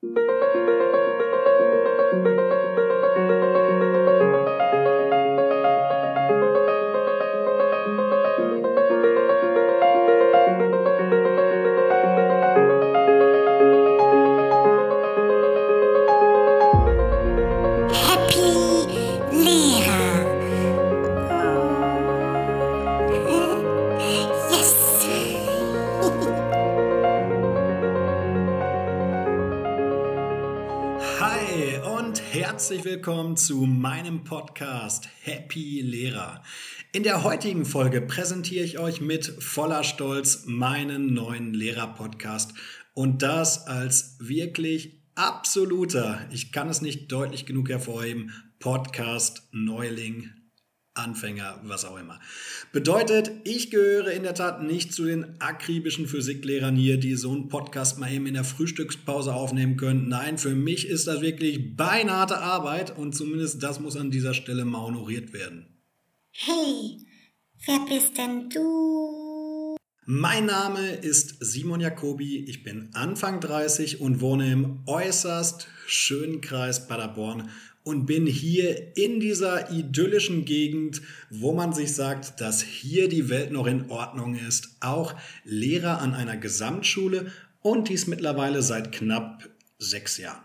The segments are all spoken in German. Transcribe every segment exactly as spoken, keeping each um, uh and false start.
Herzlich willkommen zu meinem Podcast Happy Lehrer. In der heutigen Folge präsentiere ich euch mit voller Stolz meinen neuen Lehrer-Podcast und das als wirklich absoluter, ich kann es nicht deutlich genug hervorheben, Podcast-Neuling, Anfänger, was auch immer. Bedeutet, ich gehöre in der Tat nicht zu den akribischen Physiklehrern hier, die so einen Podcast mal eben in der Frühstückspause aufnehmen können. Nein, für mich ist das wirklich beinharte Arbeit und zumindest das muss an dieser Stelle mal honoriert werden. Hey, wer bist denn du? Mein Name ist Simon Jacobi, ich bin Anfang dreißig und wohne im äußerst schönen Kreis Paderborn und bin hier in dieser idyllischen Gegend, wo man sich sagt, dass hier die Welt noch in Ordnung ist, auch Lehrer an einer Gesamtschule und dies mittlerweile seit knapp sechs Jahren.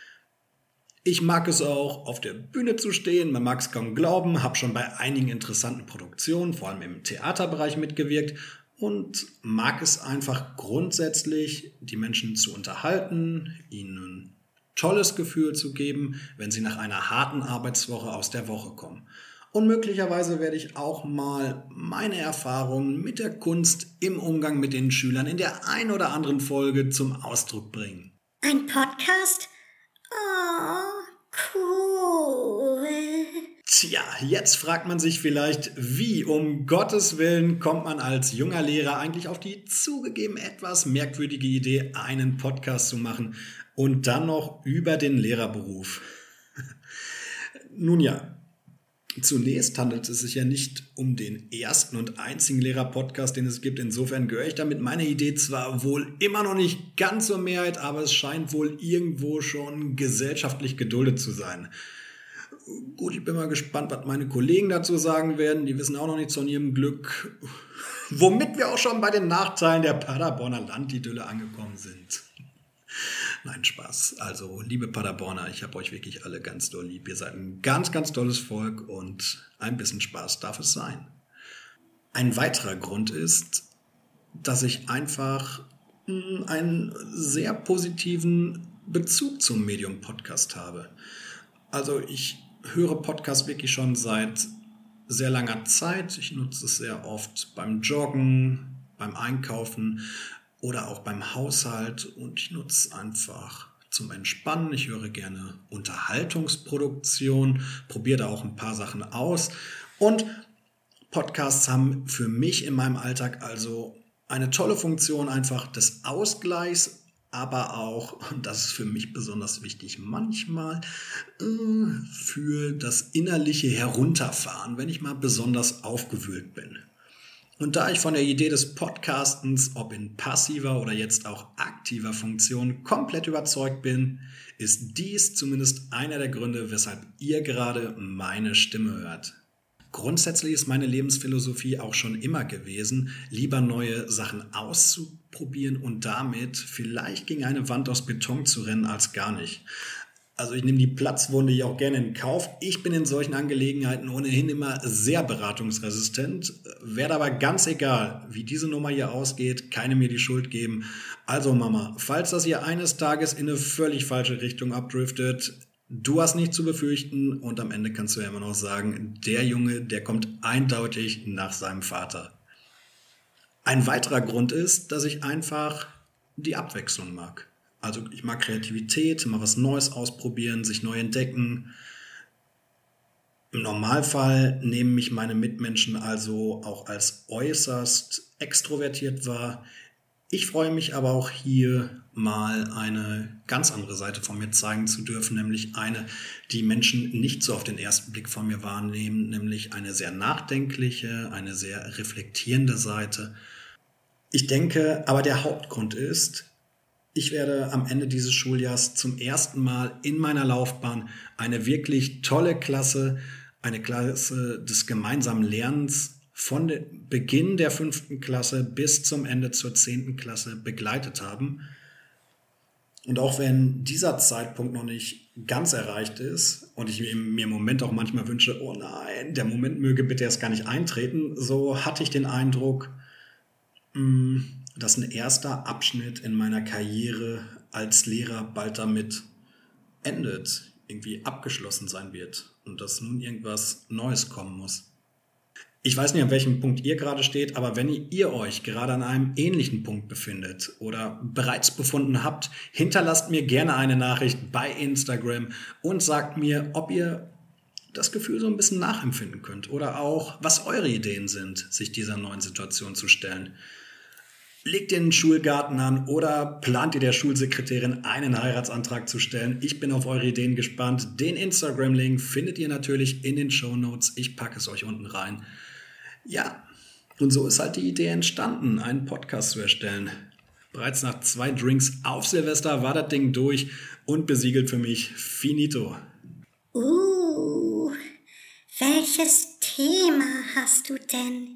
Ich mag es auch, auf der Bühne zu stehen, man mag es kaum glauben, habe schon bei einigen interessanten Produktionen, vor allem im Theaterbereich mitgewirkt und mag es einfach grundsätzlich, die Menschen zu unterhalten, ihnen tolles Gefühl zu geben, wenn sie nach einer harten Arbeitswoche aus der Woche kommen. Und möglicherweise werde ich auch mal meine Erfahrungen mit der Kunst im Umgang mit den Schülern in der ein oder anderen Folge zum Ausdruck bringen. Ein Podcast? Oh, cool. Tja, jetzt fragt man sich vielleicht, wie um Gottes Willen kommt man als junger Lehrer eigentlich auf die zugegeben etwas merkwürdige Idee, einen Podcast zu machen und dann noch über den Lehrerberuf. Nun ja, zunächst handelt es sich ja nicht um den ersten und einzigen Lehrer-Podcast, den es gibt. Insofern gehöre ich damit meine Idee zwar wohl immer noch nicht ganz zur Mehrheit, aber es scheint wohl irgendwo schon gesellschaftlich geduldet zu sein. Gut, ich bin mal gespannt, was meine Kollegen dazu sagen werden. Die wissen auch noch nichts von ihrem Glück. Womit wir auch schon bei den Nachteilen der Paderborner Landidylle angekommen sind. Nein, Spaß. Also, liebe Paderborner, ich habe euch wirklich alle ganz doll lieb. Ihr seid ein ganz, ganz tolles Volk und ein bisschen Spaß darf es sein. Ein weiterer Grund ist, dass ich einfach einen sehr positiven Bezug zum Medium Podcast habe. Also, ich höre Podcast wirklich schon seit sehr langer Zeit. Ich nutze es sehr oft beim Joggen, beim Einkaufen oder auch beim Haushalt und ich nutze es einfach zum Entspannen. Ich höre gerne Unterhaltungsproduktion, probiere da auch ein paar Sachen aus und Podcasts haben für mich in meinem Alltag also eine tolle Funktion einfach des Ausgleichs, aber auch, und das ist für mich besonders wichtig, manchmal äh, für das innerliche Herunterfahren, wenn ich mal besonders aufgewühlt bin. Und da ich von der Idee des Podcastens, ob in passiver oder jetzt auch aktiver Funktion, komplett überzeugt bin, ist dies zumindest einer der Gründe, weshalb ihr gerade meine Stimme hört. Grundsätzlich ist meine Lebensphilosophie auch schon immer gewesen, lieber neue Sachen auszuprobieren und damit vielleicht gegen eine Wand aus Beton zu rennen, als gar nicht. Also ich nehme die Platzwunde ja auch gerne in Kauf. Ich bin in solchen Angelegenheiten ohnehin immer sehr beratungsresistent. Werde aber ganz egal, wie diese Nummer hier ausgeht, keine mir die Schuld geben. Also Mama, falls das hier eines Tages in eine völlig falsche Richtung abdriftet, du hast nichts zu befürchten und am Ende kannst du ja immer noch sagen, der Junge, der kommt eindeutig nach seinem Vater. Ein weiterer Grund ist, dass ich einfach die Abwechslung mag. Also ich mag Kreativität, mal was Neues ausprobieren, sich neu entdecken. Im Normalfall nehmen mich meine Mitmenschen also auch als äußerst extrovertiert wahr. Ich freue mich aber auch hier mal eine ganz andere Seite von mir zeigen zu dürfen, nämlich eine, die Menschen nicht so auf den ersten Blick von mir wahrnehmen, nämlich eine sehr nachdenkliche, eine sehr reflektierende Seite. Ich denke, aber der Hauptgrund ist, Ich werde am Ende dieses Schuljahrs zum ersten Mal in meiner Laufbahn eine wirklich tolle Klasse, eine Klasse des gemeinsamen Lernens von Beginn der fünften Klasse bis zum Ende zur zehnten Klasse begleitet haben. Und auch wenn dieser Zeitpunkt noch nicht ganz erreicht ist und ich mir im Moment auch manchmal wünsche, oh nein, der Moment möge bitte erst gar nicht eintreten, so hatte ich den Eindruck, dass ein erster Abschnitt in meiner Karriere als Lehrer bald damit endet, irgendwie abgeschlossen sein wird und dass nun irgendwas Neues kommen muss. Ich weiß nicht, an welchem Punkt ihr gerade steht, aber wenn ihr euch gerade an einem ähnlichen Punkt befindet oder bereits befunden habt, hinterlasst mir gerne eine Nachricht bei Instagram und sagt mir, ob ihr das Gefühl so ein bisschen nachempfinden könnt oder auch, was eure Ideen sind, sich dieser neuen Situation zu stellen. Legt ihr einen Schulgarten an oder plant ihr der Schulsekretärin einen Heiratsantrag zu stellen? Ich bin auf eure Ideen gespannt. Den Instagram-Link findet ihr natürlich in den Shownotes. Ich packe es euch unten rein. Ja, und so ist halt die Idee entstanden, einen Podcast zu erstellen. Bereits nach zwei Drinks auf Silvester war das Ding durch und besiegelt für mich finito. Uh, welches Thema hast du denn?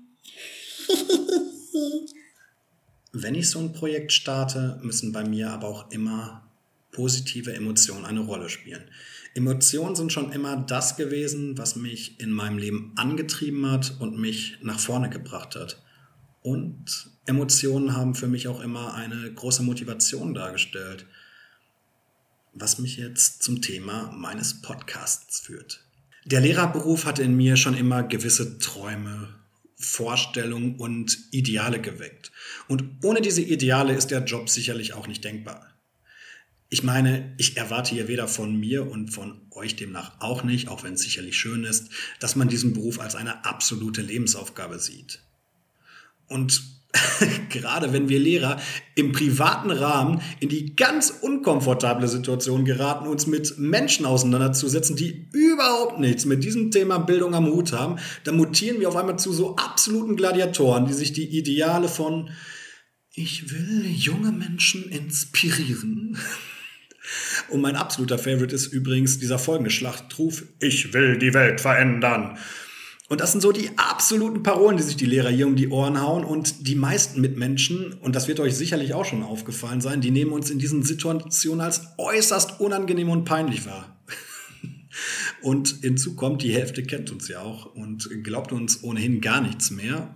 Wenn ich so ein Projekt starte, müssen bei mir aber auch immer positive Emotionen eine Rolle spielen. Emotionen sind schon immer das gewesen, was mich in meinem Leben angetrieben hat und mich nach vorne gebracht hat. Und Emotionen haben für mich auch immer eine große Motivation dargestellt, was mich jetzt zum Thema meines Podcasts führt. Der Lehrerberuf hat in mir schon immer gewisse Träume, Vorstellungen und Ideale geweckt. Und ohne diese Ideale ist der Job sicherlich auch nicht denkbar. Ich meine, ich erwarte hier weder von mir und von euch demnach auch nicht, auch wenn es sicherlich schön ist, dass man diesen Beruf als eine absolute Lebensaufgabe sieht. Und gerade wenn wir Lehrer im privaten Rahmen in die ganz unkomfortable Situation geraten, uns mit Menschen auseinanderzusetzen, die überhaupt nichts mit diesem Thema Bildung am Hut haben, dann mutieren wir auf einmal zu so absoluten Gladiatoren, die sich die Ideale von ich will junge Menschen inspirieren. Und mein absoluter Favorite ist übrigens dieser folgende Schlachtruf: Ich will die Welt verändern. Und das sind so die absoluten Parolen, die sich die Lehrer hier um die Ohren hauen. Und die meisten Mitmenschen, und das wird euch sicherlich auch schon aufgefallen sein, die nehmen uns in diesen Situationen als äußerst unangenehm und peinlich wahr. Und hinzu kommt, die Hälfte kennt uns ja auch und glaubt uns ohnehin gar nichts mehr.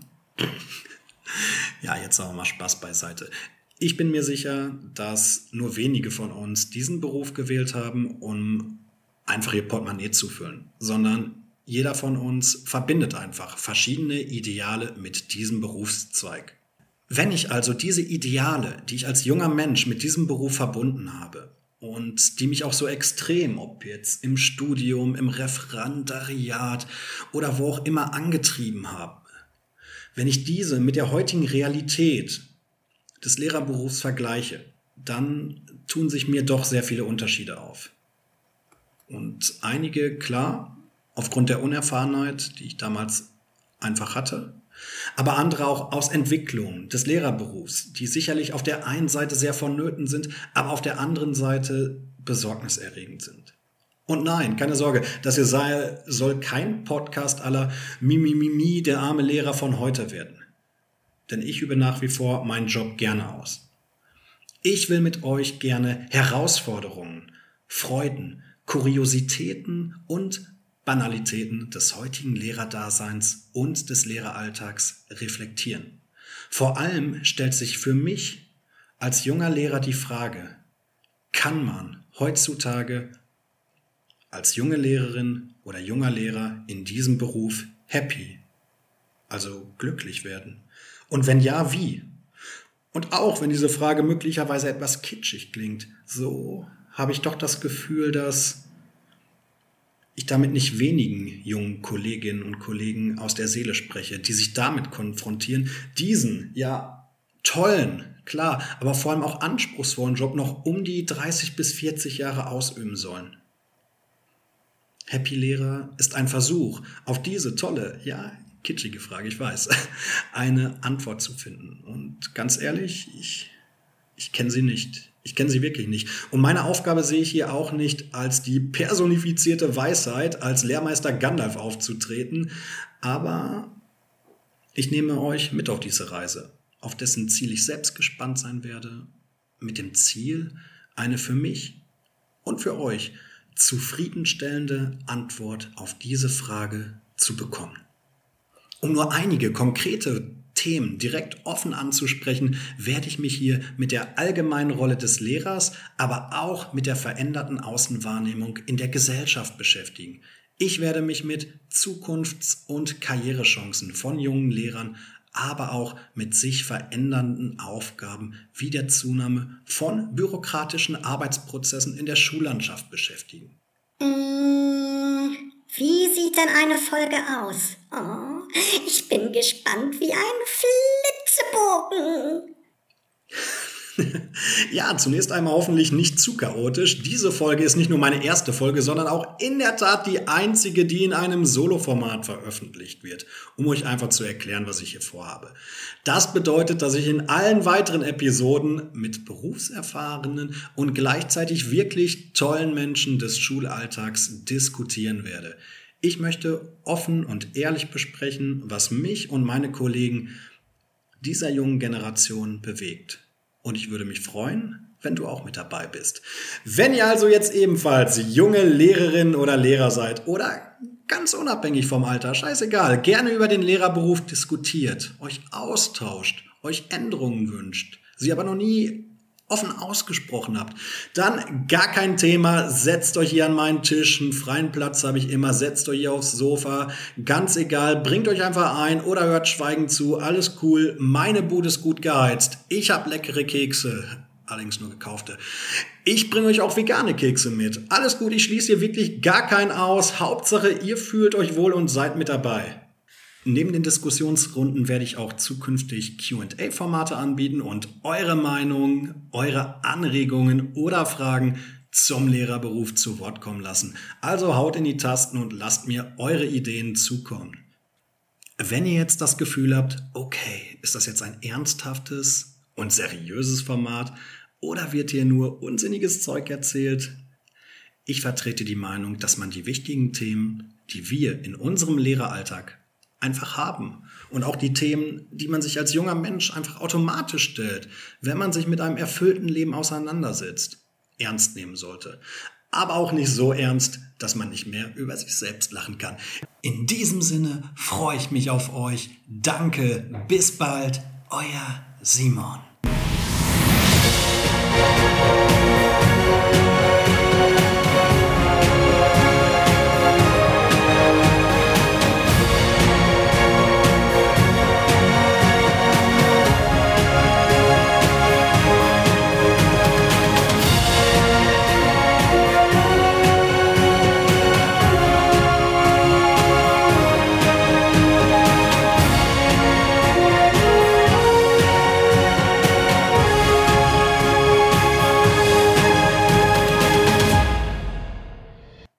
Ja, jetzt aber mal Spaß beiseite. Ich bin mir sicher, dass nur wenige von uns diesen Beruf gewählt haben, um einfach ihr Portemonnaie zu füllen, sondern jeder von uns verbindet einfach verschiedene Ideale mit diesem Berufszweig. Wenn ich also diese Ideale, die ich als junger Mensch mit diesem Beruf verbunden habe und die mich auch so extrem, ob jetzt im Studium, im Referendariat oder wo auch immer angetrieben haben, wenn ich diese mit der heutigen Realität des Lehrerberufs vergleiche, dann tun sich mir doch sehr viele Unterschiede auf. Und einige, klar, aufgrund der Unerfahrenheit, die ich damals einfach hatte, aber andere auch aus Entwicklung des Lehrerberufs, die sicherlich auf der einen Seite sehr vonnöten sind, aber auf der anderen Seite besorgniserregend sind. Und nein, keine Sorge, das hier sei, soll kein Podcast à la Mimimimi, der arme Lehrer von heute werden. Denn ich übe nach wie vor meinen Job gerne aus. Ich will mit euch gerne Herausforderungen, Freuden, Kuriositäten und Banalitäten des heutigen Lehrerdaseins und des Lehreralltags reflektieren. Vor allem stellt sich für mich als junger Lehrer die Frage, kann man heutzutage als junge Lehrerin oder junger Lehrer in diesem Beruf happy, also glücklich werden? Und wenn ja, wie? Und auch wenn diese Frage möglicherweise etwas kitschig klingt, so habe ich doch das Gefühl, dass ich damit nicht wenigen jungen Kolleginnen und Kollegen aus der Seele spreche, die sich damit konfrontieren, diesen, ja, tollen, klar, aber vor allem auch anspruchsvollen Job noch um die dreißig bis vierzig Jahre ausüben sollen. Happy Lehrer ist ein Versuch, auf diese tolle, ja, kitschige Frage, ich weiß, eine Antwort zu finden. Und ganz ehrlich, ich, ich kenne sie nicht. Ich kenne sie wirklich nicht. Und meine Aufgabe sehe ich hier auch nicht, als die personifizierte Weisheit, als Lehrmeister Gandalf aufzutreten. Aber ich nehme euch mit auf diese Reise, auf dessen Ziel ich selbst gespannt sein werde. Mit dem Ziel, eine für mich und für euch zufriedenstellende Antwort auf diese Frage zu bekommen. Um nur einige konkrete Themen direkt offen anzusprechen, werde ich mich hier mit der allgemeinen Rolle des Lehrers, aber auch mit der veränderten Außenwahrnehmung in der Gesellschaft beschäftigen. Ich werde mich mit Zukunfts- und Karrierechancen von jungen Lehrern, aber auch mit sich verändernden Aufgaben wie der Zunahme von bürokratischen Arbeitsprozessen in der Schullandschaft beschäftigen. Mmh, wie sieht denn eine Folge aus? Oh, ich bin gespannt wie ein Flitzebogen. Ja, zunächst einmal hoffentlich nicht zu chaotisch. Diese Folge ist nicht nur meine erste Folge, sondern auch in der Tat die einzige, die in einem Solo-Format veröffentlicht wird, um euch einfach zu erklären, was ich hier vorhabe. Das bedeutet, dass ich in allen weiteren Episoden mit berufserfahrenen und gleichzeitig wirklich tollen Menschen des Schulalltags diskutieren werde. Ich möchte offen und ehrlich besprechen, was mich und meine Kollegen dieser jungen Generation bewegt. Und ich würde mich freuen, wenn du auch mit dabei bist. Wenn ihr also jetzt ebenfalls junge Lehrerin oder Lehrer seid oder ganz unabhängig vom Alter, scheißegal, gerne über den Lehrerberuf diskutiert, euch austauscht, euch Änderungen wünscht, sie aber noch nie offen ausgesprochen habt, dann gar kein Thema, setzt euch hier an meinen Tisch, einen freien Platz habe ich immer, setzt euch hier aufs Sofa, ganz egal, bringt euch einfach ein oder hört schweigend zu, alles cool, meine Bude ist gut geheizt, ich habe leckere Kekse, allerdings nur gekaufte, ich bringe euch auch vegane Kekse mit, alles gut, ich schließe hier wirklich gar keinen aus, Hauptsache ihr fühlt euch wohl und seid mit dabei. Neben den Diskussionsrunden werde ich auch zukünftig Q und A-Formate anbieten und eure Meinung, eure Anregungen oder Fragen zum Lehrerberuf zu Wort kommen lassen. Also haut in die Tasten und lasst mir eure Ideen zukommen. Wenn ihr jetzt das Gefühl habt, okay, ist das jetzt ein ernsthaftes und seriöses Format oder wird hier nur unsinniges Zeug erzählt? Ich vertrete die Meinung, dass man die wichtigen Themen, die wir in unserem Lehreralltag einfach haben. Und auch die Themen, die man sich als junger Mensch einfach automatisch stellt, wenn man sich mit einem erfüllten Leben auseinandersetzt, ernst nehmen sollte. Aber auch nicht so ernst, dass man nicht mehr über sich selbst lachen kann. In diesem Sinne freue ich mich auf euch. Danke, bis bald, euer Simon.